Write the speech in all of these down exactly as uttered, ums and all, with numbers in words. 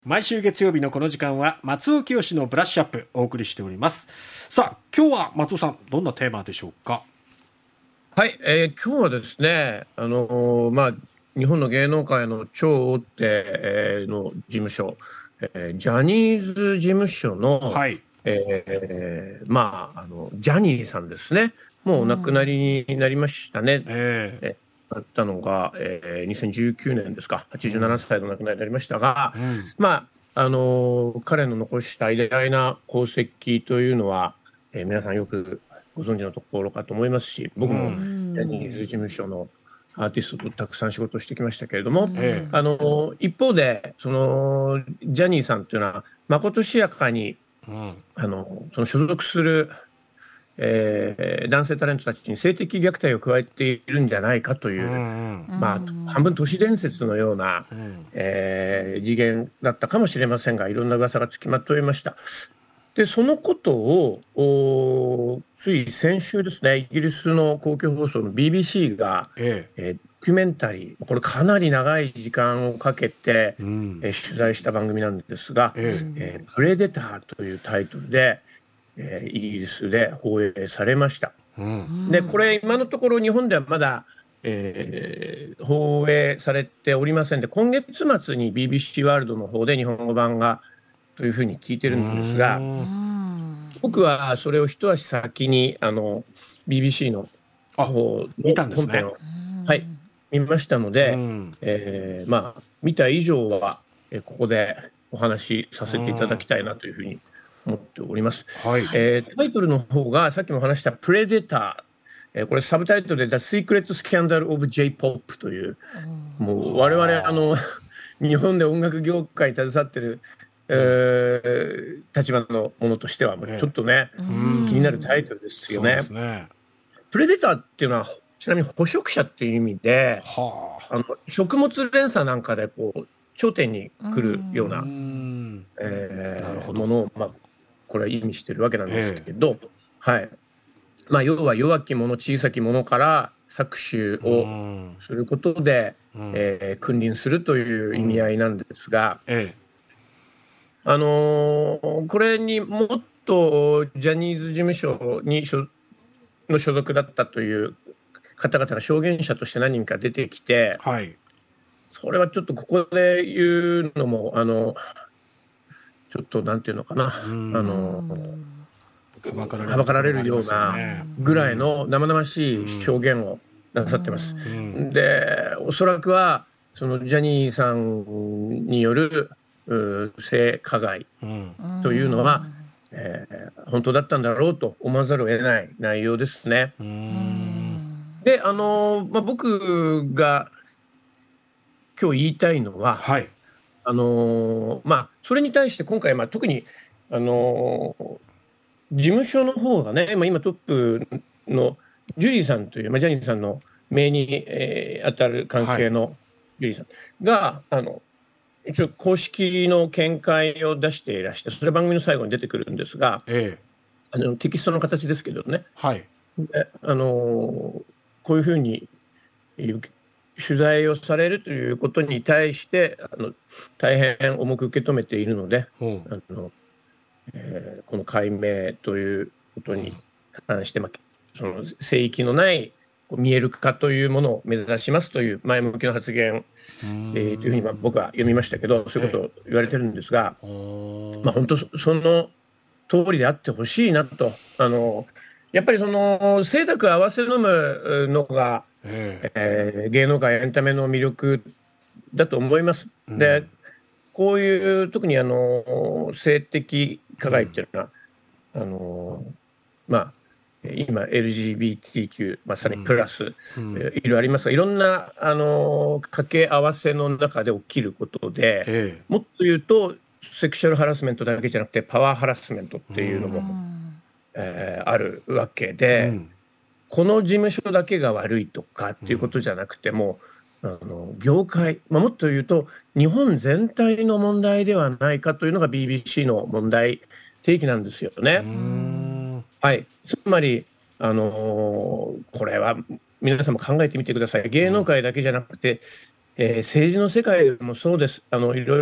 毎週月曜日のこの時間は松尾清のブラッシュアップお送りしております。さあ今日は松尾さんどんなテーマでしょうか。 はい、えー、今日はですね、あのーまあ、日本の芸能界の超大手、えーの事務所、えージャニーズ事務所の、 はいえーまあ、あのジャニーさんですね、もうお亡くなりになりましたね。 えーえーだったのが、えーにせんじゅうきゅうねんですか、はちじゅうななさいの亡くなりになりましたが、 うんまああのー彼の残した偉大な功績というのは、えー皆さんよくご存知のところかと思いますし、僕もうんジャニーズ事務所のアーティストとたくさん仕事をしてきましたけれども、 えあの一方でそのジャニーさんというのはまことしやかにーうんあのその所属する、えー男性タレントたちに性的虐待を加えているんじゃないかという、 うんまあ、半分都市伝説のような、 うんえー次元だったかもしれませんが、いろんな噂がつきまといました。でそのことをおつい先週ですね、イギリスの公共放送の ビービーシー が、 ええードキュメンタリー、これかなり長い時間をかけて、 ーうんえー取材した番組なんですが、 えーえープレデターというタイトルで、えーイギリスで放映されました。 うんでこれ今のところ日本ではまだ、えー放映されておりませんで、今月末に ビービーシー ワールドの方で日本語版がというふうに聞いてるんですが、 うん僕はそれを一足先にあの ビービーシー のあ方見たんですねの本編を、はい、見ましたので、 うんえーまあ見た以上は、えーここでお話しさせていただきたいなというふうに思っております。 はいえータイトルの方がさっきも話したプレデター、えーこれサブタイトルで The Secret Scandal of J-ポップ という、もう我々あの日本で音楽業界に携わってる、えー立場のものとしてはもうちょっとね、 うん気になるタイトルですよそうね。 ですね。 プレデターっていうのはちなみに捕食者っていう意味で、 はああの食物連鎖なんかでこう頂点に来るような、 うんえーなるほどものを、まあ、これは意味してるわけなんですけど、はいまあ、要は弱き者小さき者から搾取をうんすることで、 うんえー君臨するという意味合いなんですが、 えあのーこれにもっとジャニーズ事務所に所の所属だったという方々が証言者として何人か出てきて、 えはいそれはちょっとここで言うのもあのちょっとなんていうのかな、 うんあのはばかられるはばかられるようなぐらいの生々しい証言をなさってます。 うんでおそらくはそのジャニーさんによるう性加害うんというのは、えー本当だったんだろうと思わざるを得ない内容ですね。 うんであの、まあ、僕が今日言いたいのは、 はいあのまあ、それに対して今回、まあ、特に、あの事務所の方がね、まあ、今トップのジュリーさんという、まあ、ジャニーさんの命に、えー当たる関係のジュリーさんが、あの一応公式の見解を出していらして、それ番組の最後に出てくるんですが、 ええあのテキストの形ですけどね、 はいであのこういうふうに取材をされるということに対してあの大変重く受け止めているので、 ほうあの、えーこの解明ということに関して、まあ、その聖域のない見える化というものを目指しますという前向きな発言、 うんえーというふうにまあ僕は読みましたけど、そういうことを言われてるんですが、 おまあ、本当そその通りであってほしいなと。あのやっぱりその清濁合わせ飲むのが、 ええー芸能界エンタメの魅力だと思います。 うんでこういう特にあの性的加害っていうのは、あのまあ今 エルジービーティーキュー、まさにプラス、 えうんえーいろいろありますが、いろんなあの掛け合わせの中で起きることで、 ええもっと言うとセクシャルハラスメントだけじゃなくてパワーハラスメントっていうのも、えーあるわけで、 うんこの事務所だけが悪いとかっていうことじゃなくても、あの業界、まあ、もっと言うと日本全体の問題ではないかというのが ビービーシー の問題提起なんですよね。 うんはい、つまり、あのーこれは皆さんも考えてみてください。芸能界だけじゃなくて、えー政治の世界もそうです。あのいろいろ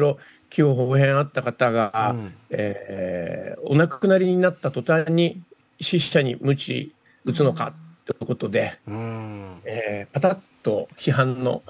気を方変あった方が、 うんえーお亡くなりになった途端に死者に鞭打つのかということで、 うんえーパタッと批判の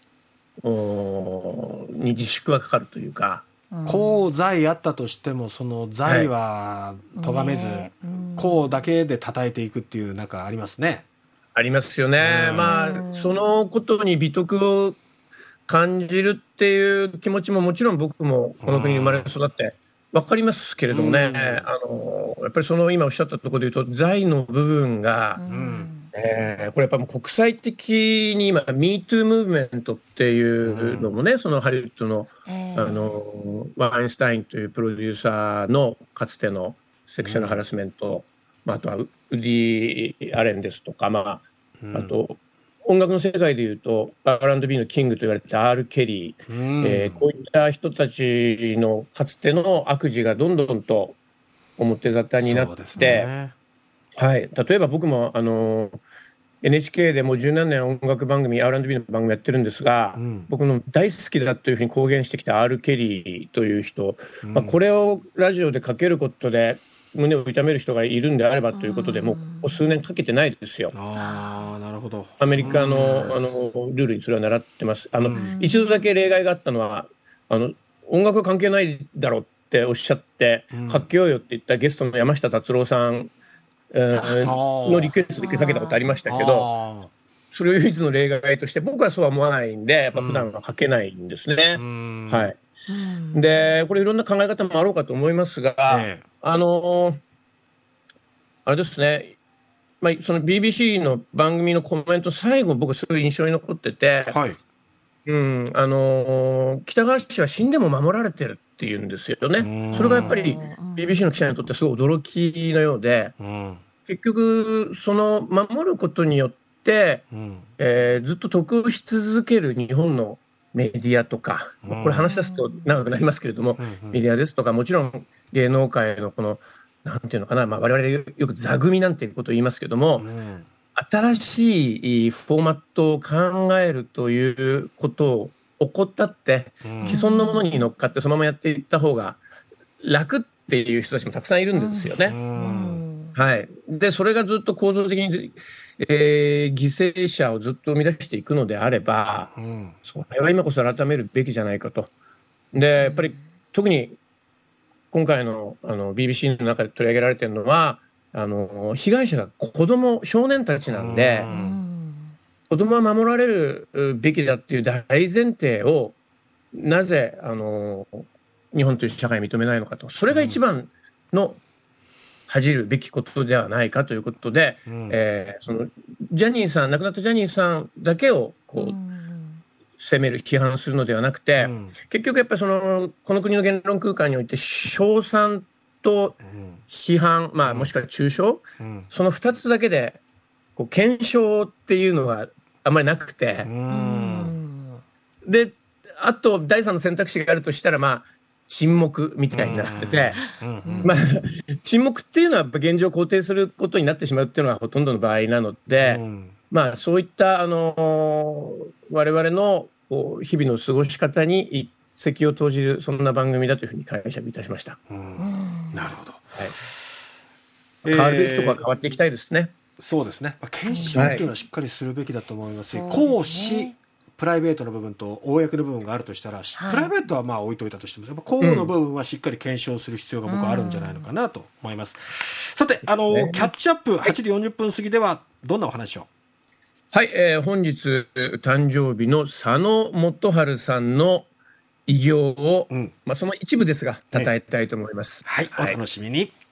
おーに自粛がかかるというか、 功罪あったとしてもその罪は咎めず、 ねうん功だけで叩いていくっていうなんかありますね。 ありますよね。 うんまあそのことに美徳を感じるっていう気持ちももちろん僕もこの国に生まれ育って分かりますけれどもね、 うんあのやっぱりその今おっしゃったところで言うと罪の部分が、 んえーこれやっぱもう国際的に今 MeToo ムーブメントっていうのもね、そのハリウッドのえあのワインスタインというプロデューサーのかつてのセクシャルハラスメント、まあ、あとはウディ・アレンですとか、まあ、 うんあと音楽の世界でいうと アールアンドビー のキングと言われてた R ・ケリー、 うんえーこういった人たちのかつての悪事がどんどんと表沙汰になそうですって、 ね。 はい、例えば僕もあの エヌエイチケー でもう十何年音楽番組 アールアンドビー の番組やってるんですが、 うん僕の大好きだというふうに公言してきた R ・ケリーという人、 うんまあ、これをラジオでかけることで胸を痛める人がいるんであればということで、もうここ数年かけてないですよ。 ああなるほど。 アメリカのうんあのルールにそれは習ってます。あの、 うん一度だけ例外があったのは、あの音楽は関係ないだろうっておっしゃって、 うんかけようよって言ったゲストの山下達郎さん、えーのリクエストでかけたことありましたけど、 あそれを唯一の例外として僕はそうは思わないんで、やっぱ普段はかけないんですね。 ーうんはい。 うんで、これいろんな考え方もあろうかと思いますが、 えあのーあれですね、まあ、その ビービーシー の番組のコメント、最後、僕、すごい印象に残っててえ、はい。 うんあのー北川氏は死んでも守られてるっていうんですよねうん。 それがやっぱりうんビービーシー の記者にとってすごい驚きのようで、 うん結局、その守ることによって、 うんえーずっと得をし続ける日本のメディアとか、 うんこれ話し出すと長くなりますけれども、 うんメディアですとか、もちろん芸能界のこの、なんていうのかな、まあ、我々よく座組なんていうことを言いますけども、 うん新しいフォーマットを考えるということを怠って、 うん既存のものに乗っかってそのままやっていった方が楽っていう人たちもたくさんいるんですようね。 んはい。で、それがずっと構造的に、えー犠牲者をずっと生み出していくのであれば、 うんそれは今こそ改めるべきじゃないかと。で、やっぱり特に今回のあの ビービーシー の中で取り上げられているのは、あの被害者が子供、少年たちなんで、 ううんん子供は守られるべきだっていう大前提をなぜあの日本という社会が認めないのかと、それが一番の恥じるべきことではないかということで、 うんえーそのジャニーさん、亡くなったジャニーさんだけをこう、 うん責める、批判するのではなくて、 うん結局やっぱりそのこの国の言論空間において称賛とうん批判、まあ、 うんもしくは中傷、 うんそのふたつだけでこう検証っていうのがあまりなくてう、 うんんであと第三の選択肢があるとしたら、まあ、沈黙みたいになってて、 うんうんまあ、沈黙っていうのはやっぱ現状を肯定することになってしまうっていうのがほとんどの場合なので、 うんまあ、そういったあの我々のこう日々の過ごし方に一石を投じるそんな番組だというふうに解釈いたしました。 うんうんなるほど。 変わるべきところは変わっていきたいですね。 そうですね。まあ検証っていうのはしっかりするべきだと思いますし、 はい公そうですね私プライベートの部分と公の部分があるとしたら、 はいプライベートはまあ置いといたとしても、やっぱ公の部分はしっかり検証する必要が僕はあるんじゃないのかなと思います。さて、あの、 ねキャッチアップはちじよんじゅっぷん過ぎではどんなお話を？ はい、えー本日誕生日の佐野元春さんの偉業を、 うんまあ、その一部ですが称えたいと思います。 はい、お楽しみに。